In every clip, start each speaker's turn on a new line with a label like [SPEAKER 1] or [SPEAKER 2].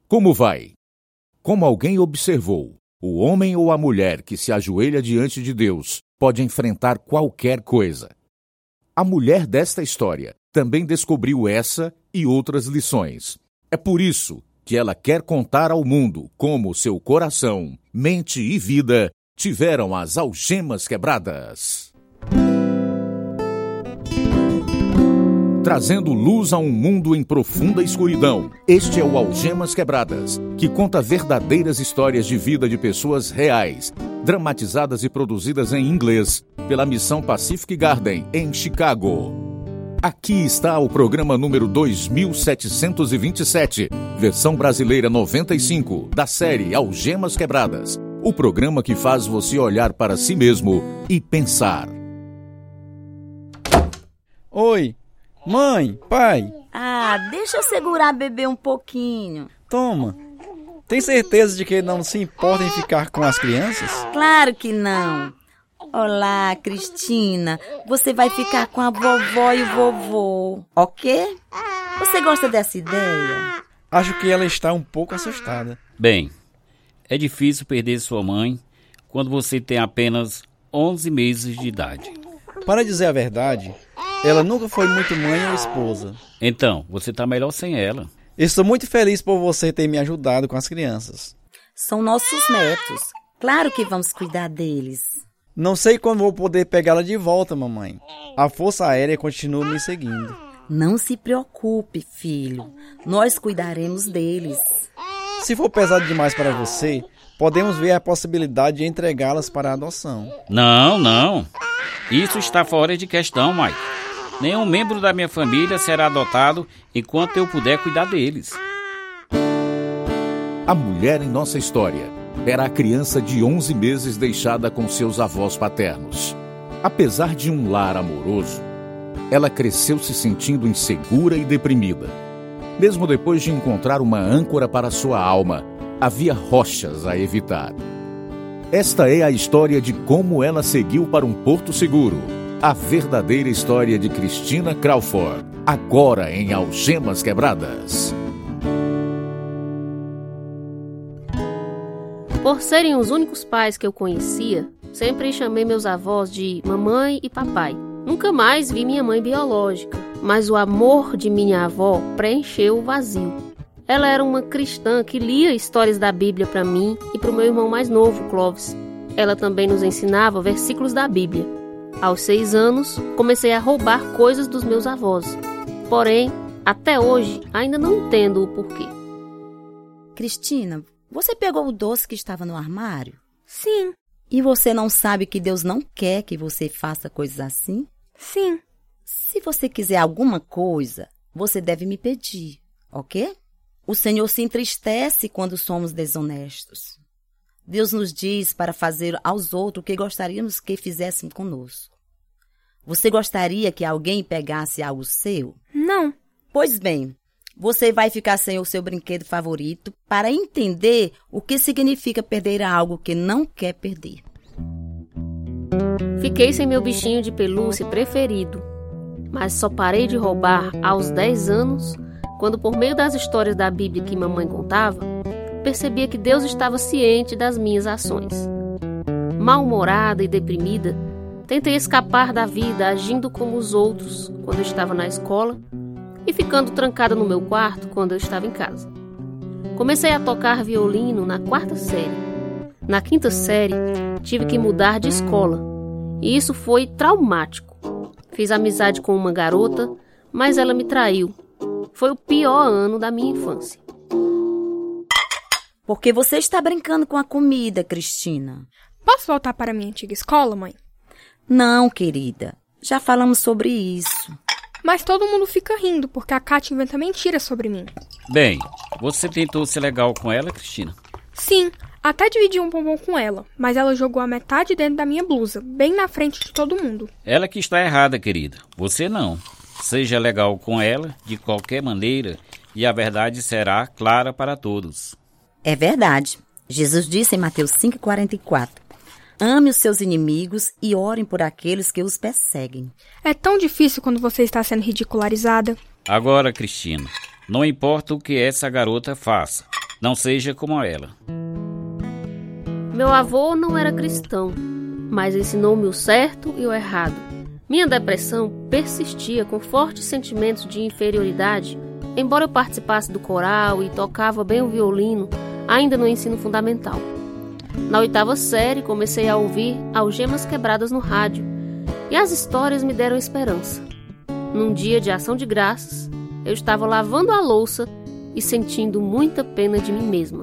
[SPEAKER 1] Como vai? Como alguém observou, o homem ou a mulher que se ajoelha diante de Deus pode enfrentar qualquer coisa. A mulher desta história também descobriu essa e outras lições. É por isso que ela quer contar ao mundo como seu coração, mente e vida tiveram as algemas quebradas. Trazendo luz a um mundo em profunda escuridão, este é o Algemas Quebradas, que conta verdadeiras histórias de vida de pessoas reais, dramatizadas e produzidas em inglês pela Missão Pacific Garden, em Chicago. Aqui está o programa número 2727, versão brasileira 95, da série Algemas Quebradas, o programa que faz você olhar para si mesmo e pensar.
[SPEAKER 2] Oi! Mãe, pai.
[SPEAKER 3] Deixa eu segurar bebê um pouquinho.
[SPEAKER 2] Toma. Tem certeza de que ele não se importa em ficar com as crianças?
[SPEAKER 3] Claro que não. Olá, Cristina. Você vai ficar com a vovó e o vovô, ok? Você gosta dessa ideia?
[SPEAKER 2] Acho que ela está um pouco assustada.
[SPEAKER 4] Bem, é difícil perder sua mãe quando você tem apenas 11 meses de idade.
[SPEAKER 2] Para dizer a verdade, ela nunca foi muito mãe ou esposa.
[SPEAKER 4] Então, você está melhor sem ela.
[SPEAKER 2] Estou muito feliz por você ter me ajudado com as crianças.
[SPEAKER 3] São nossos netos. Claro que vamos cuidar deles.
[SPEAKER 2] Não sei quando vou poder pegá-la de volta, mamãe. A Força Aérea continua me seguindo.
[SPEAKER 3] Não se preocupe, filho. Nós cuidaremos deles.
[SPEAKER 2] Se for pesado demais para você, podemos ver a possibilidade de entregá-las para a adoção.
[SPEAKER 4] Não. Isso está fora de questão, Mike. Nenhum membro da minha família será adotado enquanto eu puder cuidar deles.
[SPEAKER 1] A mulher em nossa história era a criança de 11 meses deixada com seus avós paternos. Apesar de um lar amoroso, ela cresceu se sentindo insegura e deprimida. Mesmo depois de encontrar uma âncora para sua alma, havia rochas a evitar. Esta é a história de como ela seguiu para um porto seguro. A verdadeira história de Cristina Crawford, agora em Algemas Quebradas.
[SPEAKER 5] Por serem os únicos pais que eu conhecia, sempre chamei meus avós de mamãe e papai. Nunca mais vi minha mãe biológica, mas o amor de minha avó preencheu o vazio. Ela era uma cristã que lia histórias da Bíblia para mim e para o meu irmão mais novo, Clovis. Ela também nos ensinava versículos da Bíblia. Aos 6 anos, comecei a roubar coisas dos meus avós. Porém, até hoje, ainda não entendo o porquê.
[SPEAKER 3] Cristina, você pegou o doce que estava no armário?
[SPEAKER 6] Sim.
[SPEAKER 3] E você não sabe que Deus não quer que você faça coisas assim?
[SPEAKER 6] Sim.
[SPEAKER 3] Se você quiser alguma coisa, você deve me pedir, ok? O Senhor se entristece quando somos desonestos. Deus nos diz para fazer aos outros o que gostaríamos que fizessem conosco. Você gostaria que alguém pegasse algo seu?
[SPEAKER 6] Não.
[SPEAKER 3] Pois bem, você vai ficar sem o seu brinquedo favorito para entender o que significa perder algo que não quer perder.
[SPEAKER 5] Fiquei sem meu bichinho de pelúcia preferido, mas só parei de roubar aos 10 anos, quando, por meio das histórias da Bíblia que mamãe contava, percebia que Deus estava ciente das minhas ações. Mal-humorada e deprimida, tentei escapar da vida agindo como os outros quando eu estava na escola e ficando trancada no meu quarto quando eu estava em casa. Comecei a tocar violino na 4ª série. Na 5ª série, tive que mudar de escola, e isso foi traumático. Fiz amizade com uma garota, mas ela me traiu. Foi o pior ano da minha infância.
[SPEAKER 3] Porque você está brincando com a comida, Cristina.
[SPEAKER 6] Posso voltar para a minha antiga escola, mãe?
[SPEAKER 3] Não, querida. Já falamos sobre isso.
[SPEAKER 6] Mas todo mundo fica rindo, porque a Kátia inventa mentiras sobre mim.
[SPEAKER 4] Bem, você tentou ser legal com ela, Cristina?
[SPEAKER 6] Sim, até dividi um bombom com ela, mas ela jogou a metade dentro da minha blusa, bem na frente de todo mundo.
[SPEAKER 4] Ela que está errada, querida. Você não. Seja legal com ela, de qualquer maneira, e a verdade será clara para todos.
[SPEAKER 3] É verdade. Jesus disse em Mateus 5,44, ame os seus inimigos e orem por aqueles que os perseguem.
[SPEAKER 6] É tão difícil quando você está sendo ridicularizada.
[SPEAKER 4] Agora, Cristina, não importa o que essa garota faça, Não seja como ela.
[SPEAKER 5] Meu avô não era cristão, mas ensinou-me o certo e o errado. Minha depressão persistia com fortes sentimentos de inferioridade, embora eu participasse do coral e tocava bem o violino, ainda no ensino fundamental. Na 8ª série, comecei a ouvir Algemas Quebradas no rádio, e as histórias me deram esperança. Num dia de ação de graças, eu estava lavando a louça e sentindo muita pena de mim mesma.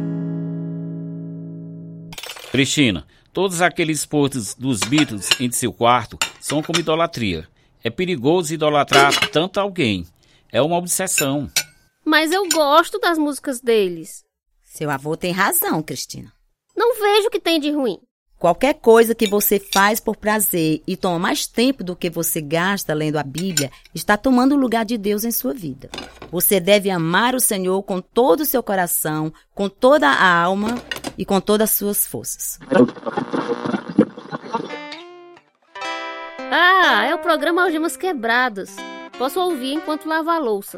[SPEAKER 4] Cristina, todos aqueles posters dos Beatles em seu quarto são como idolatria. É perigoso idolatrar tanto alguém. É uma obsessão.
[SPEAKER 5] Mas eu gosto das músicas deles.
[SPEAKER 3] Seu avô tem razão, Cristina.
[SPEAKER 5] Não vejo o que tem de ruim.
[SPEAKER 3] Qualquer coisa que você faz por prazer e toma mais tempo do que você gasta lendo a Bíblia está tomando o lugar de Deus em sua vida. Você deve amar o Senhor com todo o seu coração, com toda a alma e com todas as suas forças.
[SPEAKER 5] Ah, é o programa Algemas Quebradas. Posso ouvir enquanto lavo a louça.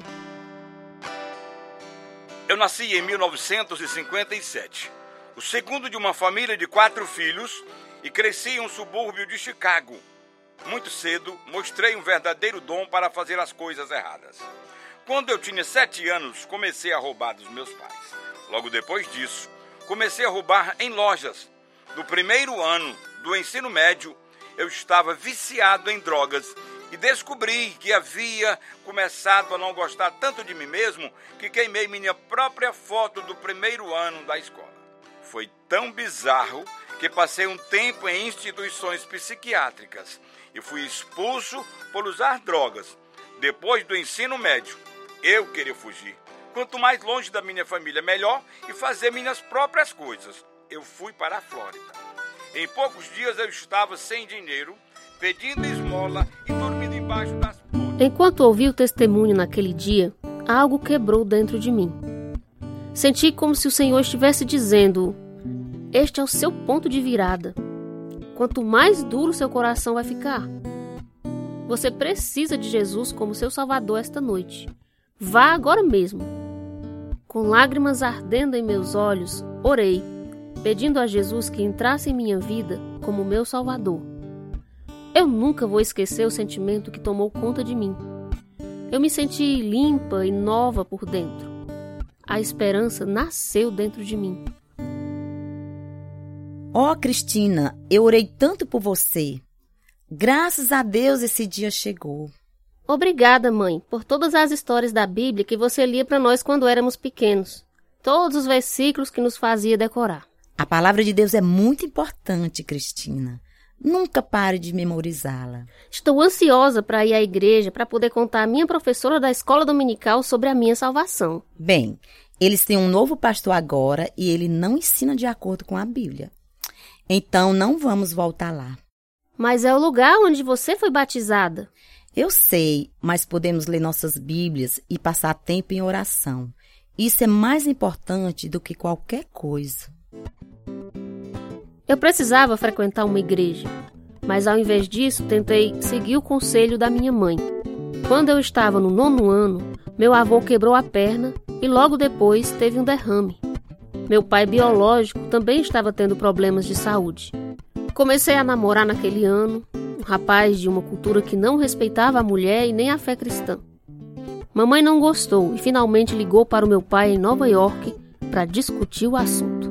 [SPEAKER 7] Eu nasci em 1957. O segundo de uma família de 4 filhos e cresci em um subúrbio de Chicago. Muito cedo, mostrei um verdadeiro dom para fazer as coisas erradas. Quando eu tinha 7 anos, comecei a roubar dos meus pais. Logo depois disso, comecei a roubar em lojas. No primeiro ano do ensino médio, eu estava viciado em drogas e descobri que havia começado a não gostar tanto de mim mesmo que queimei minha própria foto do primeiro ano da escola. Foi tão bizarro que passei um tempo em instituições psiquiátricas e fui expulso por usar drogas. Depois do ensino médio, eu queria fugir. Quanto mais longe da minha família, melhor, e fazer minhas próprias coisas. Eu fui para a Flórida. Em poucos dias eu estava sem dinheiro, pedindo esmola e dormindo embaixo das pontes.
[SPEAKER 5] Enquanto ouvi o testemunho naquele dia, algo quebrou dentro de mim. Senti como se o Senhor estivesse dizendo: este é o seu ponto de virada. Quanto mais duro seu coração vai ficar. Você precisa de Jesus como seu Salvador esta noite. Vá agora mesmo. Com lágrimas ardendo em meus olhos, orei, pedindo a Jesus que entrasse em minha vida como meu Salvador. Eu nunca vou esquecer o sentimento que tomou conta de mim. Eu me senti limpa e nova por dentro. A esperança nasceu dentro de mim.
[SPEAKER 3] Oh, Cristina, eu orei tanto por você. Graças a Deus esse dia chegou.
[SPEAKER 5] Obrigada, mãe, por todas as histórias da Bíblia que você lia para nós quando éramos pequenos. Todos os versículos que nos fazia decorar.
[SPEAKER 3] A palavra de Deus é muito importante, Cristina. Nunca pare de memorizá-la.
[SPEAKER 5] Estou ansiosa para ir à igreja para poder contar à minha professora da escola dominical sobre a minha salvação.
[SPEAKER 3] Bem, eles têm um novo pastor agora e ele não ensina de acordo com a Bíblia. Então não vamos voltar lá.
[SPEAKER 5] Mas é o lugar onde você foi batizada.
[SPEAKER 3] Eu sei, mas podemos ler nossas Bíblias e passar tempo em oração. Isso é mais importante do que qualquer coisa.
[SPEAKER 5] Eu precisava frequentar uma igreja, mas ao invés disso tentei seguir o conselho da minha mãe. Quando eu estava no 9º ano, meu avô quebrou a perna e logo depois teve um derrame. Meu pai biológico também estava tendo problemas de saúde. Comecei a namorar naquele ano, um rapaz de uma cultura que não respeitava a mulher e nem a fé cristã. Mamãe não gostou e finalmente ligou para o meu pai em Nova York para discutir o assunto.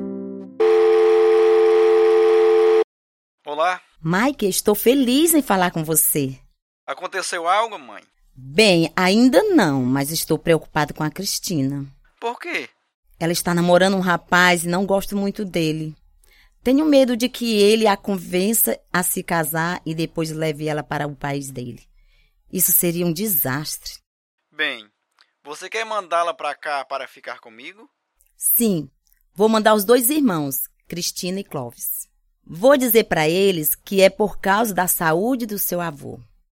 [SPEAKER 7] Olá.
[SPEAKER 3] Mike, estou feliz em falar com você.
[SPEAKER 7] Aconteceu algo, mãe?
[SPEAKER 3] Bem, ainda não, mas estou preocupada com a Cristina.
[SPEAKER 7] Por quê?
[SPEAKER 3] Ela está namorando um rapaz e não gosto muito dele. Tenho medo de que ele a convença a se casar e depois leve ela para o país dele. Isso seria um desastre.
[SPEAKER 8] Bem, você quer mandá-la para cá para ficar comigo?
[SPEAKER 3] Sim, vou mandar os 2 irmãos, Cristina e Clóvis. Vou dizer para eles que é por causa da saúde do seu avô.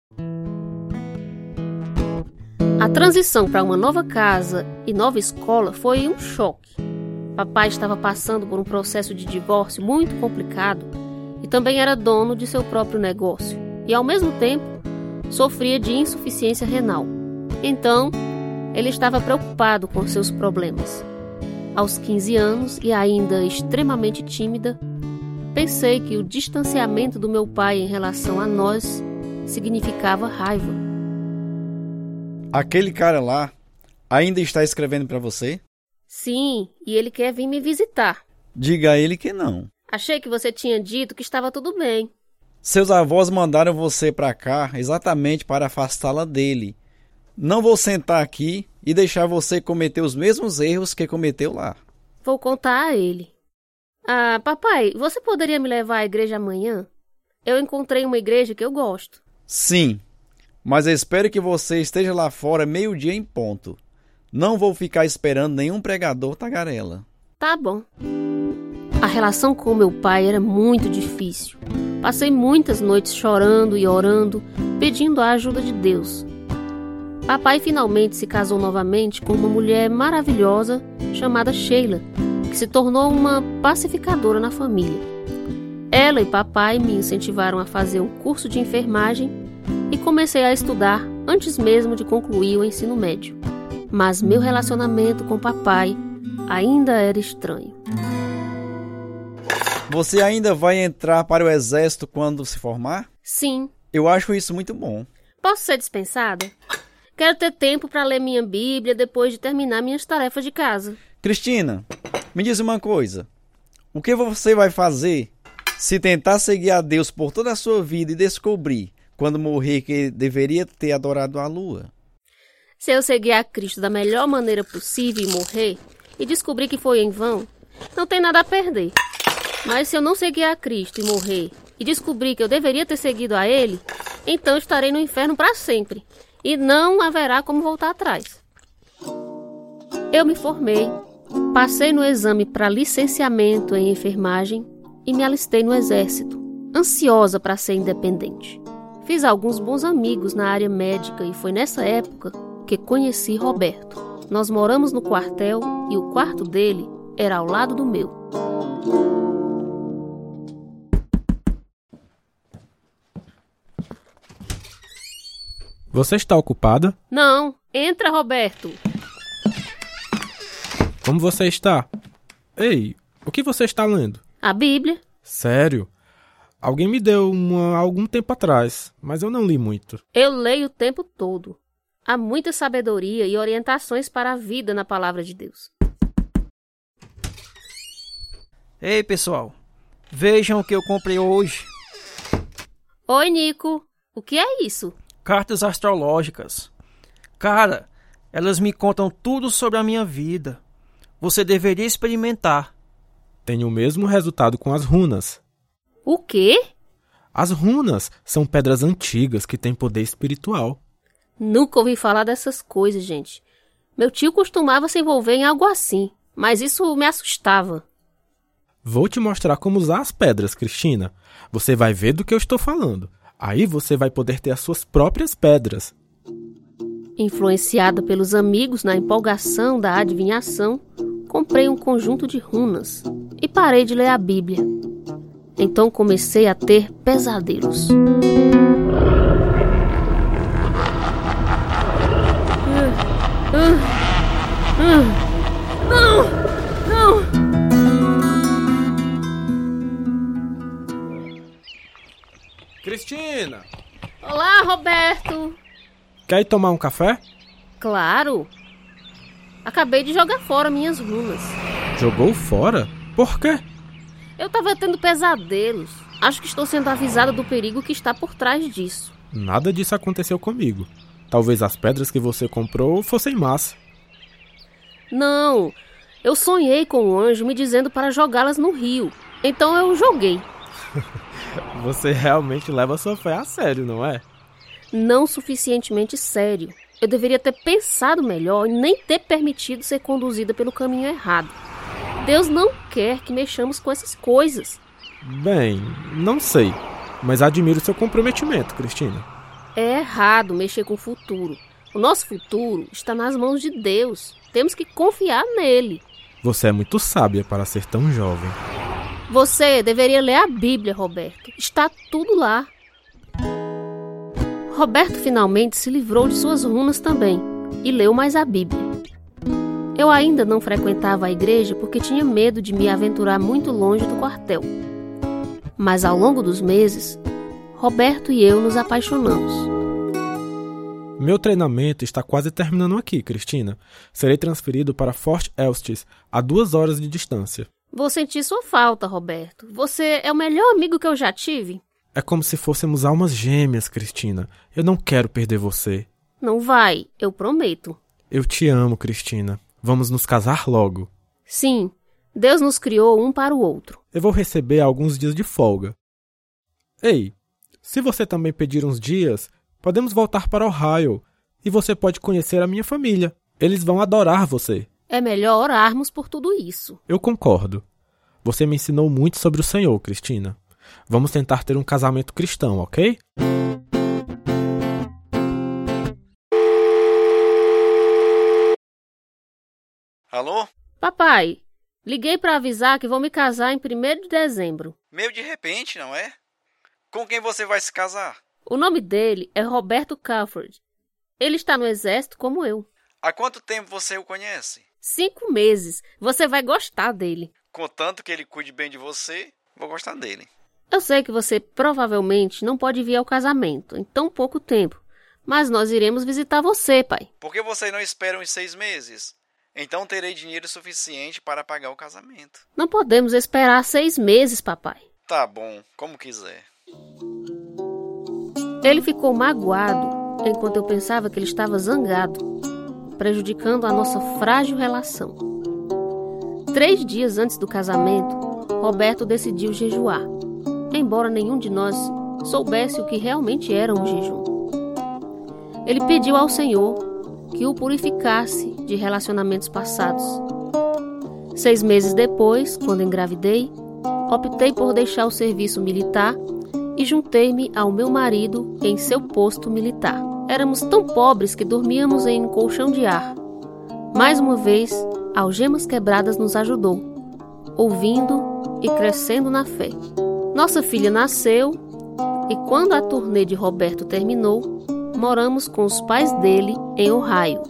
[SPEAKER 5] A transição para uma nova casa e nova escola foi um choque. Papai estava passando por um processo de divórcio muito complicado e também era dono de seu próprio negócio e, ao mesmo tempo, sofria de insuficiência renal. Então, ele estava preocupado com seus problemas. Aos 15 anos e ainda extremamente tímida, pensei que o distanciamento do meu pai em relação a nós significava raiva.
[SPEAKER 2] Aquele cara lá ainda está escrevendo para você?
[SPEAKER 5] Sim, e ele quer vir me visitar.
[SPEAKER 2] Diga a ele que não.
[SPEAKER 5] Achei que você tinha dito que estava tudo bem.
[SPEAKER 2] Seus avós mandaram você para cá exatamente para afastá-la dele. Não vou sentar aqui e deixar você cometer os mesmos erros que cometeu lá.
[SPEAKER 5] Vou contar a ele. Ah, papai, você poderia me levar à igreja amanhã? Eu encontrei uma igreja que eu gosto.
[SPEAKER 2] Sim, mas espero que você esteja lá fora 12:00 em ponto. Não vou ficar esperando nenhum pregador tagarela.
[SPEAKER 5] Tá bom. A relação com meu pai era muito difícil. Passei muitas noites chorando e orando, pedindo a ajuda de Deus. Papai finalmente se casou novamente com uma mulher maravilhosa chamada Sheila, que se tornou uma pacificadora na família. Ela e papai me incentivaram a fazer um curso de enfermagem e comecei a estudar antes mesmo de concluir o ensino médio. Mas meu relacionamento com papai ainda era estranho.
[SPEAKER 2] Você ainda vai entrar para o exército quando se formar?
[SPEAKER 5] Sim.
[SPEAKER 2] Eu acho isso muito bom.
[SPEAKER 5] Posso ser dispensada? Quero ter tempo para ler minha Bíblia depois de terminar minhas tarefas de casa.
[SPEAKER 2] Cristina, me diz uma coisa. O que você vai fazer se tentar seguir a Deus por toda a sua vida e descobrir, quando morrer, que deveria ter adorado a lua?
[SPEAKER 5] Se eu seguir a Cristo da melhor maneira possível e morrer, e descobrir que foi em vão, não tem nada a perder. Mas se eu não seguir a Cristo e morrer, e descobrir que eu deveria ter seguido a Ele, então estarei no inferno para sempre, e não haverá como voltar atrás. Eu me formei, passei no exame para licenciamento em enfermagem e me alistei no exército, ansiosa para ser independente. Fiz alguns bons amigos na área médica e foi nessa época que conheci Roberto. Nós moramos no quartel e o quarto dele era ao lado do meu.
[SPEAKER 9] Você está ocupada?
[SPEAKER 5] Não, entra, Roberto.
[SPEAKER 9] Como você está? Ei, o que você está lendo?
[SPEAKER 5] A Bíblia.
[SPEAKER 9] Sério? Alguém me deu uma há algum tempo atrás, mas eu não li muito.
[SPEAKER 5] Eu leio o tempo todo. Há muita sabedoria e orientações para a vida na palavra de Deus.
[SPEAKER 10] Ei, pessoal. Vejam o que eu comprei hoje.
[SPEAKER 5] Oi, Nico. O que é isso?
[SPEAKER 10] Cartas astrológicas. Cara, elas me contam tudo sobre a minha vida. Você deveria experimentar.
[SPEAKER 9] Tem o mesmo resultado com as runas.
[SPEAKER 5] O quê?
[SPEAKER 9] As runas são pedras antigas que têm poder espiritual.
[SPEAKER 5] Nunca ouvi falar dessas coisas, gente. Meu tio costumava se envolver em algo assim, mas isso me assustava.
[SPEAKER 9] Vou te mostrar como usar as pedras, Cristina. Você vai ver do que eu estou falando. Aí você vai poder ter as suas próprias pedras.
[SPEAKER 5] Influenciada pelos amigos na empolgação da adivinhação, comprei um conjunto de runas e parei de ler a Bíblia. Então comecei a ter pesadelos. Não! Não!
[SPEAKER 9] Cristina!
[SPEAKER 5] Olá, Roberto!
[SPEAKER 9] Quer ir tomar um café?
[SPEAKER 5] Claro! Acabei de jogar fora minhas runas.
[SPEAKER 9] Jogou fora? Por quê?
[SPEAKER 5] Eu estava tendo pesadelos. Acho que estou sendo avisada do perigo que está por trás disso.
[SPEAKER 9] Nada disso aconteceu comigo. Talvez as pedras que você comprou fossem más.
[SPEAKER 5] Não, eu sonhei com o anjo me dizendo para jogá-las no rio. Então eu joguei.
[SPEAKER 9] Você realmente leva sua fé a sério, não é?
[SPEAKER 5] Não suficientemente sério. Eu deveria ter pensado melhor e nem ter permitido ser conduzida pelo caminho errado. Deus não quer que mexamos com essas coisas.
[SPEAKER 9] Bem, não sei, mas admiro seu comprometimento, Cristina.
[SPEAKER 5] É errado mexer com o futuro. O nosso futuro está nas mãos de Deus. Temos que confiar nele.
[SPEAKER 9] Você é muito sábia para ser tão jovem.
[SPEAKER 5] Você deveria ler a Bíblia, Roberto. Está tudo lá. Roberto finalmente se livrou de suas runas também e leu mais a Bíblia. Eu ainda não frequentava a igreja porque tinha medo de me aventurar muito longe do quartel. Mas ao longo dos meses, Roberto e eu nos apaixonamos.
[SPEAKER 9] Meu treinamento está quase terminando aqui, Cristina. Serei transferido para Fort Eustis, a 2 horas de distância.
[SPEAKER 5] Vou sentir sua falta, Roberto. Você é o melhor amigo que eu já tive.
[SPEAKER 9] É como se fôssemos almas gêmeas, Cristina. Eu não quero perder você.
[SPEAKER 5] Não vai, eu prometo.
[SPEAKER 9] Eu te amo, Cristina. Vamos nos casar logo.
[SPEAKER 5] Sim, Deus nos criou um para o outro.
[SPEAKER 9] Eu vou receber alguns dias de folga. Ei, se você também pedir uns dias, podemos voltar para Ohio e você pode conhecer a minha família. Eles vão adorar você.
[SPEAKER 5] É melhor orarmos por tudo isso.
[SPEAKER 9] Eu concordo. Você me ensinou muito sobre o Senhor, Cristina. Vamos tentar ter um casamento cristão, ok?
[SPEAKER 8] Alô?
[SPEAKER 5] Papai, liguei para avisar que vou me casar em 1º de dezembro.
[SPEAKER 8] Meio de repente, não é? Com quem você vai se casar?
[SPEAKER 5] O nome dele é Roberto Calford. Ele está no exército como eu.
[SPEAKER 8] Há quanto tempo você o conhece?
[SPEAKER 5] 5 meses. Você vai gostar dele.
[SPEAKER 8] Contanto que ele cuide bem de você, vou gostar dele.
[SPEAKER 5] Eu sei que você provavelmente não pode vir ao casamento em tão pouco tempo, mas nós iremos visitar você, pai.
[SPEAKER 8] Por que você não espera uns 6 meses? Então terei dinheiro suficiente para pagar o casamento.
[SPEAKER 5] Não podemos esperar 6 meses, papai.
[SPEAKER 8] Tá bom, como quiser.
[SPEAKER 5] Ele ficou magoado, enquanto eu pensava que ele estava zangado, prejudicando a nossa frágil relação. 3 dias antes do casamento, Roberto decidiu jejuar, embora nenhum de nós soubesse o que realmente era um jejum. Ele pediu ao Senhor que o purificasse de relacionamentos passados. 6 meses depois, quando engravidei, optei por deixar o serviço militar e juntei-me ao meu marido em seu posto militar. Éramos tão pobres que dormíamos em um colchão de ar. Mais uma vez, Algemas Quebradas nos ajudou, ouvindo e crescendo na fé. Nossa filha nasceu e quando a turnê de Roberto terminou, moramos com os pais dele em Ohio.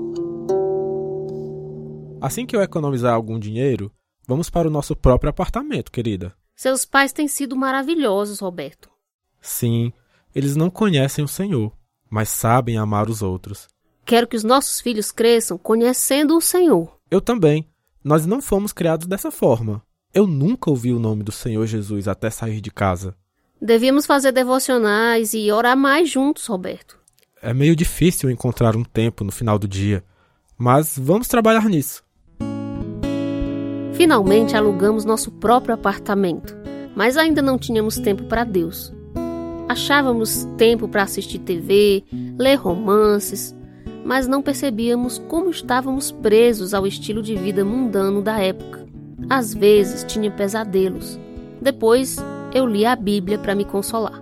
[SPEAKER 9] Assim que eu economizar algum dinheiro, vamos para o nosso próprio apartamento, querida.
[SPEAKER 5] Seus pais têm sido maravilhosos, Roberto.
[SPEAKER 9] Sim, eles não conhecem o Senhor, mas sabem amar os outros.
[SPEAKER 5] Quero que os nossos filhos cresçam conhecendo o Senhor.
[SPEAKER 9] Eu também. Nós não fomos criados dessa forma. Eu nunca ouvi o nome do Senhor Jesus até sair de casa.
[SPEAKER 5] Devíamos fazer devocionais e orar mais juntos, Roberto.
[SPEAKER 9] É meio difícil encontrar um tempo no final do dia, mas vamos trabalhar nisso.
[SPEAKER 5] Finalmente alugamos nosso próprio apartamento, mas ainda não tínhamos tempo para Deus. Achávamos tempo para assistir TV, ler romances, mas não percebíamos como estávamos presos ao estilo de vida mundano da época. Às vezes tinha pesadelos. Depois eu li a Bíblia para me consolar.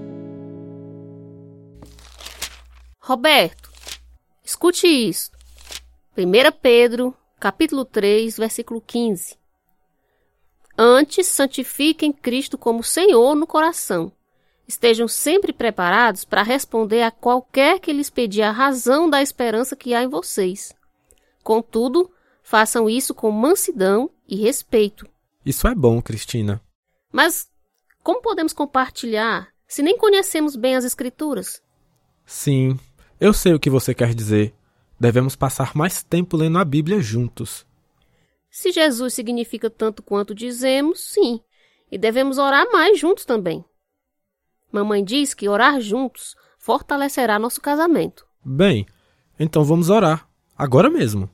[SPEAKER 5] Roberto, escute isso. 1 Pedro, capítulo 3, versículo 15. Antes, santifiquem Cristo como Senhor no coração. Estejam sempre preparados para responder a qualquer que lhes pedir a razão da esperança que há em vocês. Contudo, façam isso com mansidão e respeito.
[SPEAKER 9] Isso é bom, Cristina.
[SPEAKER 5] Mas como podemos compartilhar se nem conhecemos bem as Escrituras?
[SPEAKER 9] Sim, eu sei o que você quer dizer. Devemos passar mais tempo lendo a Bíblia juntos.
[SPEAKER 5] Se Jesus significa tanto quanto dizemos, sim. E devemos orar mais juntos também. Mamãe diz que orar juntos fortalecerá nosso casamento.
[SPEAKER 9] Bem, então vamos orar. Agora mesmo.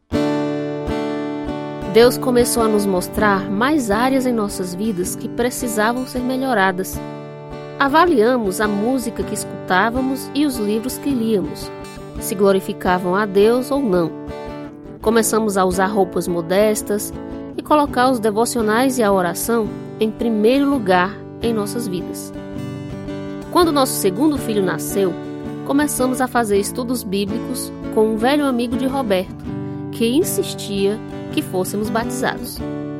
[SPEAKER 5] Deus começou a nos mostrar mais áreas em nossas vidas que precisavam ser melhoradas. Avaliamos a música que escutávamos e os livros que líamos, se glorificavam a Deus ou não. Começamos a usar roupas modestas e colocar os devocionais e a oração em primeiro lugar em nossas vidas. Quando nosso segundo filho nasceu, começamos a fazer estudos bíblicos com um velho amigo de Roberto, que insistia que fôssemos batizados.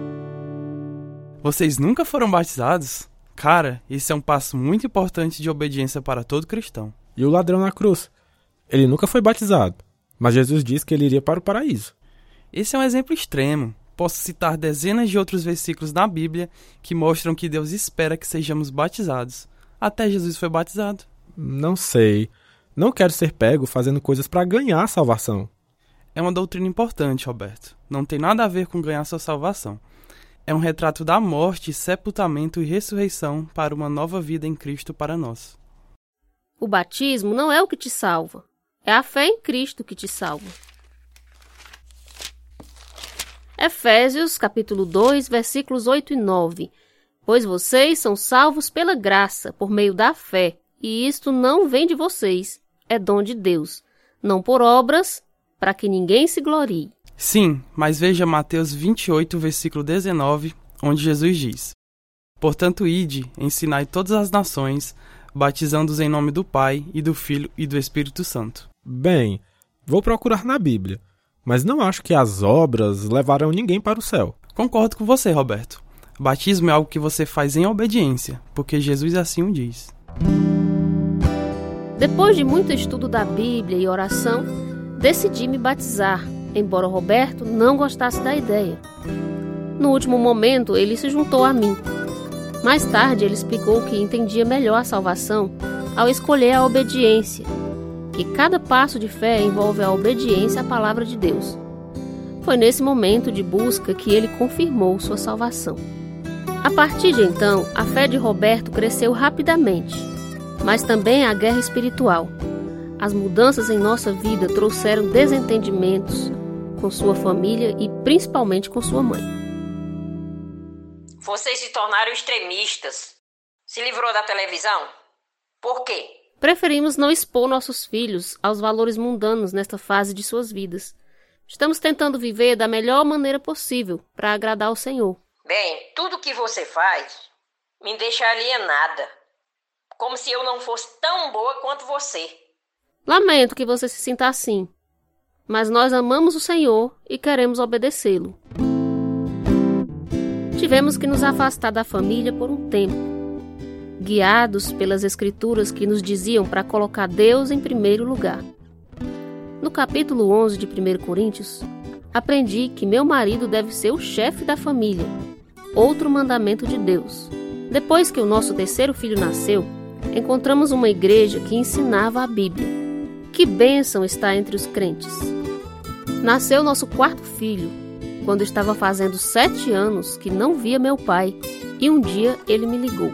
[SPEAKER 11] Vocês nunca foram batizados? Cara, esse é um passo muito importante de obediência para todo cristão.
[SPEAKER 9] E o ladrão na cruz? Ele nunca foi batizado, mas Jesus disse que ele iria para o paraíso.
[SPEAKER 11] Esse é um exemplo extremo. Posso citar dezenas de outros versículos na Bíblia que mostram que Deus espera que sejamos batizados. Até Jesus foi batizado.
[SPEAKER 9] Não sei. Não quero ser pego fazendo coisas para ganhar a salvação.
[SPEAKER 11] É uma doutrina importante, Roberto. Não tem nada a ver com ganhar sua salvação. É um retrato da morte, sepultamento e ressurreição para uma nova vida em Cristo para nós.
[SPEAKER 5] O batismo não é o que te salva. É a fé em Cristo que te salva. Efésios, capítulo 2, versículos 8 e 9. Pois vocês são salvos pela graça, por meio da fé, e isto não vem de vocês, é dom de Deus, não por obras, para que ninguém se glorie.
[SPEAKER 11] Sim, mas veja Mateus 28, versículo 19, onde Jesus diz: Portanto, ide, ensinai todas as nações, batizando-os em nome do Pai, e do Filho e do Espírito Santo.
[SPEAKER 9] Bem, vou procurar na Bíblia, mas não acho que as obras levarão ninguém para o céu.
[SPEAKER 11] Concordo com você, Roberto. Batismo é algo que você faz em obediência, porque Jesus assim o diz.
[SPEAKER 5] Depois de muito estudo da Bíblia e oração, decidi me batizar, embora Roberto não gostasse da ideia. No último momento, ele se juntou a mim. Mais tarde, ele explicou que entendia melhor a salvação ao escolher a obediência, que cada passo de fé envolve a obediência à palavra de Deus. Foi nesse momento de busca que ele confirmou sua salvação. A partir de então, a fé de Roberto cresceu rapidamente, mas também a guerra espiritual. As mudanças em nossa vida trouxeram desentendimentos com sua família e principalmente com sua mãe.
[SPEAKER 12] Vocês se tornaram extremistas. Se livrou da televisão? Por quê?
[SPEAKER 5] Preferimos não expor nossos filhos aos valores mundanos nesta fase de suas vidas. Estamos tentando viver da melhor maneira possível para agradar ao Senhor.
[SPEAKER 12] Bem, tudo que você faz me deixa alienada. Como se eu não fosse tão boa quanto você.
[SPEAKER 5] Lamento que você se sinta assim, mas nós amamos o Senhor e queremos obedecê-lo. Tivemos que nos afastar da família por um tempo, guiados pelas Escrituras que nos diziam para colocar Deus em primeiro lugar. No capítulo 11 de 1 Coríntios, aprendi que meu marido deve ser o chefe da família, outro mandamento de Deus. Depois que o nosso terceiro filho nasceu, encontramos uma igreja que ensinava a Bíblia. Que bênção está entre os crentes! Nasceu nosso quarto filho, quando estava fazendo 7 anos que não via meu pai, e um dia ele me ligou.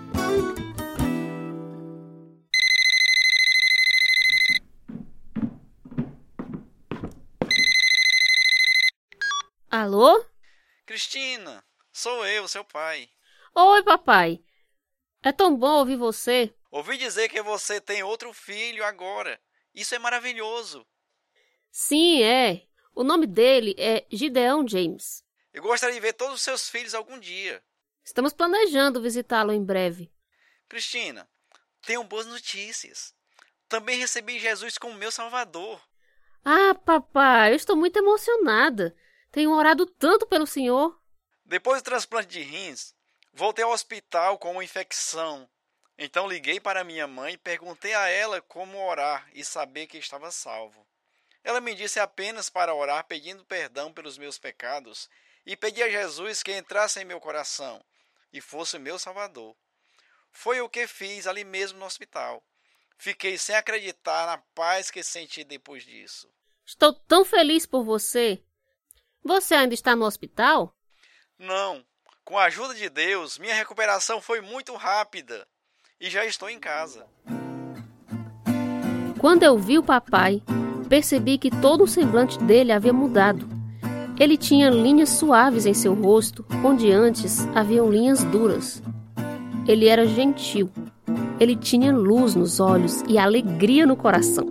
[SPEAKER 5] Alô?
[SPEAKER 8] Cristina, sou eu, seu pai.
[SPEAKER 5] Oi, papai. É tão bom ouvir você.
[SPEAKER 8] Ouvi dizer que você tem outro filho agora. Isso é maravilhoso.
[SPEAKER 5] Sim, é. O nome dele é Gideon James.
[SPEAKER 8] Eu gostaria de ver todos os seus filhos algum dia.
[SPEAKER 5] Estamos planejando visitá-lo em breve.
[SPEAKER 8] Cristina, tenho boas notícias. Também recebi Jesus como meu salvador.
[SPEAKER 5] Ah, papai, eu estou muito emocionada. Tenho orado tanto pelo senhor.
[SPEAKER 8] Depois do transplante de rins, voltei ao hospital com uma infecção. Então liguei para minha mãe e perguntei a ela como orar e saber que estava salvo. Ela me disse apenas para orar pedindo perdão pelos meus pecados e pedir a Jesus que entrasse em meu coração e fosse o meu salvador. Foi o que fiz ali mesmo no hospital. Fiquei sem acreditar na paz que senti depois disso.
[SPEAKER 5] Estou tão feliz por você. Você ainda está no hospital?
[SPEAKER 8] Não. Com a ajuda de Deus, minha recuperação foi muito rápida. E já estou em casa.
[SPEAKER 5] Quando eu vi o papai, percebi que todo o semblante dele havia mudado. Ele tinha linhas suaves em seu rosto, onde antes haviam linhas duras. Ele era gentil. Ele tinha luz nos olhos e alegria no coração.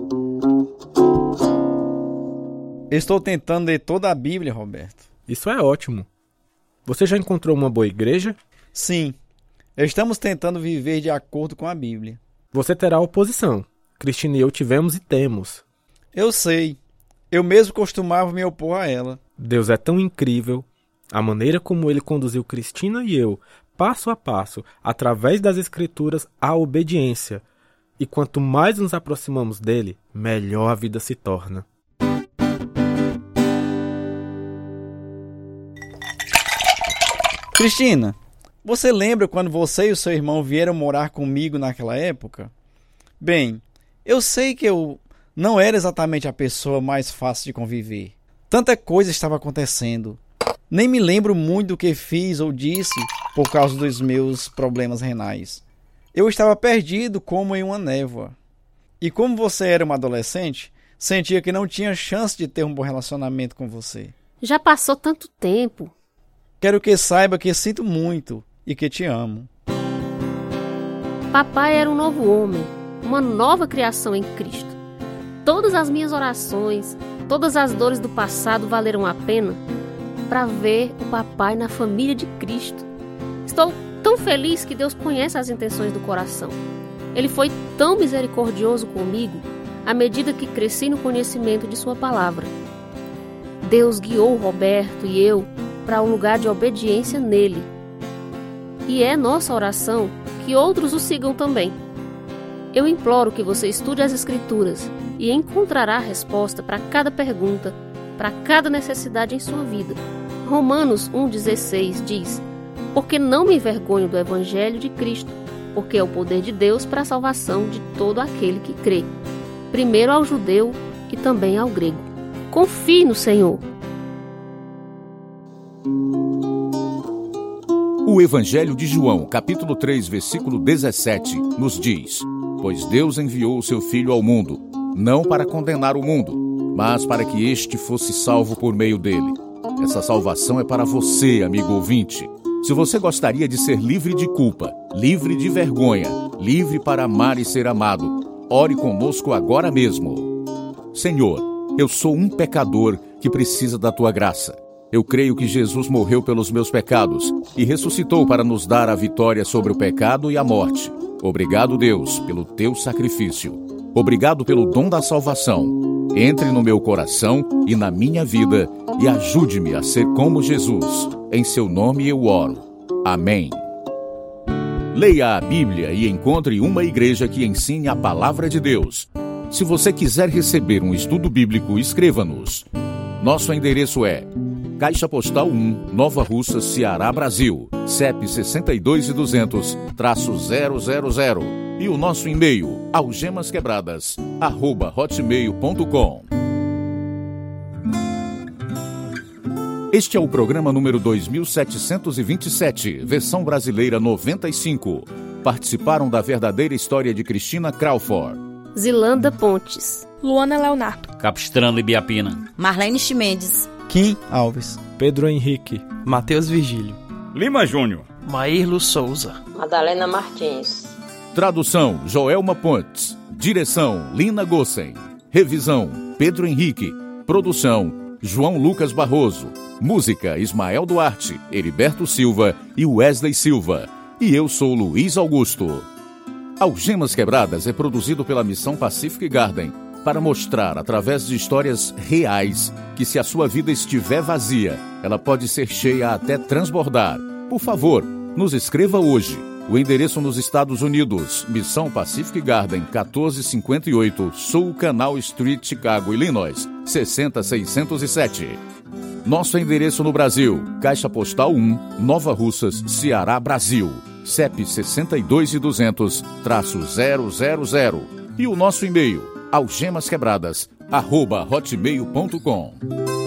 [SPEAKER 2] Estou tentando ler toda a Bíblia, Roberto.
[SPEAKER 9] Isso é ótimo. Você já encontrou uma boa igreja?
[SPEAKER 2] Sim. Estamos tentando viver de acordo com a Bíblia.
[SPEAKER 9] Você terá oposição. Cristina e eu tivemos e temos.
[SPEAKER 2] Eu sei. Eu mesmo costumava me opor a ela.
[SPEAKER 9] Deus é tão incrível. A maneira como ele conduziu Cristina e eu, passo a passo, através das Escrituras, à obediência. E quanto mais nos aproximamos dele, melhor a vida se torna.
[SPEAKER 2] Cristina, você lembra quando você e o seu irmão vieram morar comigo naquela época? Bem, eu sei que eu não era exatamente a pessoa mais fácil de conviver. Tanta coisa estava acontecendo. Nem me lembro muito do que fiz ou disse por causa dos meus problemas renais. Eu estava perdido como em uma névoa. E como você era uma adolescente, sentia que não tinha chance de ter um bom relacionamento com você.
[SPEAKER 5] Já passou tanto tempo.
[SPEAKER 2] Quero que saiba que sinto muito e que te amo.
[SPEAKER 5] Papai era um novo homem, uma nova criação em Cristo. Todas as minhas orações, todas as dores do passado valeram a pena para ver o papai na família de Cristo. Estou tão feliz que Deus conhece as intenções do coração. Ele foi tão misericordioso comigo à medida que cresci no conhecimento de sua palavra. Deus guiou Roberto e eu para um lugar de obediência nele. E é nossa oração que outros o sigam também. Eu imploro que você estude as Escrituras e encontrará a resposta para cada pergunta, para cada necessidade em sua vida. Romanos 1,16 diz: porque não me envergonho do Evangelho de Cristo, porque é o poder de Deus para a salvação de todo aquele que crê, primeiro ao judeu e também ao grego. Confie no Senhor.
[SPEAKER 1] O Evangelho de João, capítulo 3, versículo 17, nos diz: pois Deus enviou o seu Filho ao mundo, não para condenar o mundo, mas para que este fosse salvo por meio dele. Essa salvação é para você, amigo ouvinte. Se você gostaria de ser livre de culpa, livre de vergonha, livre para amar e ser amado, ore conosco agora mesmo. Senhor, eu sou um pecador que precisa da tua graça. Eu creio que Jesus morreu pelos meus pecados e ressuscitou para nos dar a vitória sobre o pecado e a morte. Obrigado, Deus, pelo teu sacrifício. Obrigado pelo dom da salvação. Entre no meu coração e na minha vida e ajude-me a ser como Jesus. Em seu nome eu oro. Amém. Leia a Bíblia e encontre uma igreja que ensine a palavra de Deus. Se você quiser receber um estudo bíblico, escreva-nos. Nosso endereço é Caixa Postal 1, Nova Russa, Ceará, Brasil, CEP 62.200-000. E o nosso e-mail, algemasquebradas@hotmail.com. Este é o programa número 2727, versão brasileira 95. Participaram da verdadeira história de Cristina Crawford,
[SPEAKER 5] Zilanda Pontes,
[SPEAKER 6] Luana Leonardo,
[SPEAKER 4] Capistrano Ibiapina,
[SPEAKER 3] Marlene Chimendes,
[SPEAKER 2] Kim Alves,
[SPEAKER 9] Pedro Henrique,
[SPEAKER 11] Matheus Virgílio,
[SPEAKER 7] Lima Júnior,
[SPEAKER 10] Maírlo Souza,
[SPEAKER 12] Madalena Martins.
[SPEAKER 1] tradução Joelma Pontes, direção Lina Gossen, revisão Pedro Henrique, produção João Lucas Barroso, música Ismael Duarte, Heriberto Silva e Wesley Silva, e eu sou Luiz Augusto. Algemas Quebradas é produzido pela Missão Pacific Garden para mostrar, através de histórias reais, que se a sua vida estiver vazia, ela pode ser cheia até transbordar. Por favor, nos escreva hoje. O endereço nos Estados Unidos, Missão Pacific Garden, 1458 Sul Canal Street, Chicago, Illinois, 60607. Nosso endereço no Brasil, Caixa Postal 1, Nova Russas, Ceará, Brasil, CEP 62.200-000. E o nosso e-mail, algemasquebradas@hotmail.com.